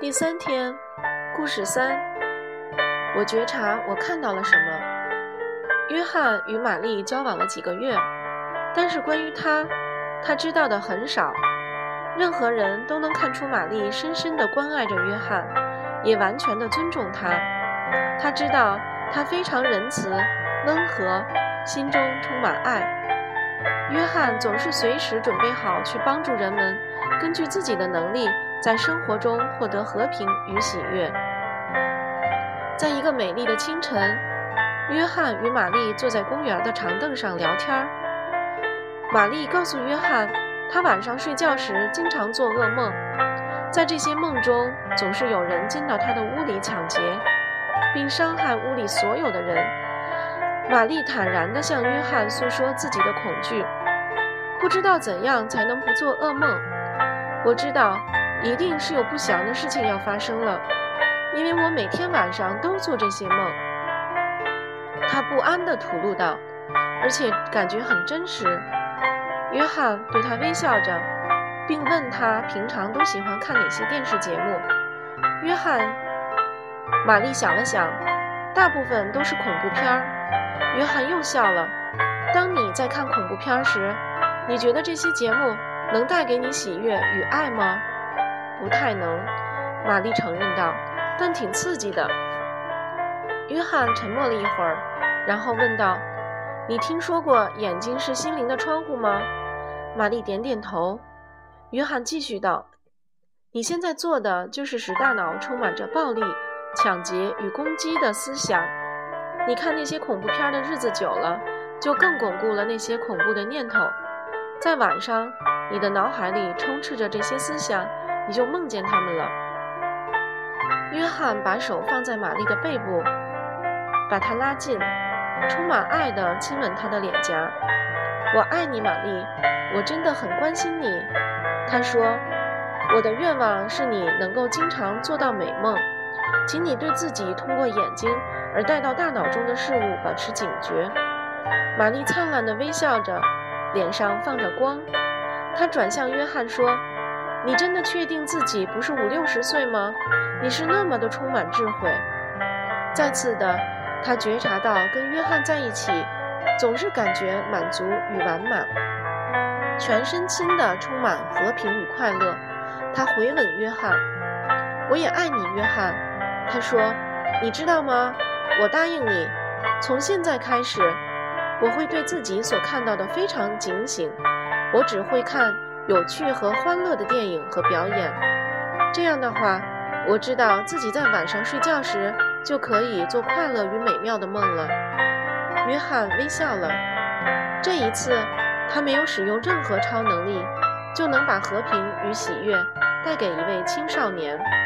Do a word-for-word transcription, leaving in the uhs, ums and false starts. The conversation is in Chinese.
第三天，故事三，我觉察我看到了什么。约翰与玛丽交往了几个月，但是关于他，他知道的很少。任何人都能看出玛丽深深地关爱着约翰，也完全地尊重他。他知道他非常仁慈、温和，心中充满爱。约翰总是随时准备好去帮助人们，根据自己的能力在生活中获得和平与喜悦。在一个美丽的清晨，约翰与玛丽坐在公园的长凳上聊天。玛丽告诉约翰，她晚上睡觉时经常做噩梦，在这些梦中总是有人进到她的屋里抢劫，并伤害屋里所有的人。玛丽坦然地向约翰诉说自己的恐惧，不知道怎样才能不做噩梦。我知道一定是有不祥的事情要发生了，因为我每天晚上都做这些梦。他不安地吐露道，而且感觉很真实。约翰对他微笑着，并问他平常都喜欢看哪些电视节目。约翰，玛丽想了想，大部分都是恐怖片儿。约翰又笑了。当你在看恐怖片时，你觉得这些节目能带给你喜悦与爱吗？不太能，玛丽承认道，但挺刺激的。约翰沉默了一会儿，然后问道，你听说过眼睛是心灵的窗户吗？玛丽点点头。约翰继续道，你现在做的就是使大脑充满着暴力、抢劫与攻击的思想。你看那些恐怖片的日子久了，就更巩固了那些恐怖的念头。在晚上，你的脑海里充斥着这些思想，你就梦见他们了。约翰把手放在玛丽的背部，把她拉近，充满爱地亲吻她的脸颊。我爱你，玛丽，我真的很关心你。他说，我的愿望是你能够经常做到美梦，请你对自己通过眼睛而带到大脑中的事物保持警觉。玛丽灿烂地微笑着，脸上放着光。她转向约翰说，你真的确定自己不是五六十岁吗？你是那么的充满智慧。再次的，她觉察到跟约翰在一起总是感觉满足与完满，全身心的充满和平与快乐。她回吻约翰，我也爱你，约翰。她说，你知道吗？我答应你，从现在开始，我会对自己所看到的非常警醒，我只会看有趣和欢乐的电影和表演。这样的话，我知道自己在晚上睡觉时就可以做快乐与美妙的梦了。约翰微笑了。这一次，他没有使用任何超能力，就能把和平与喜悦带给一位青少年。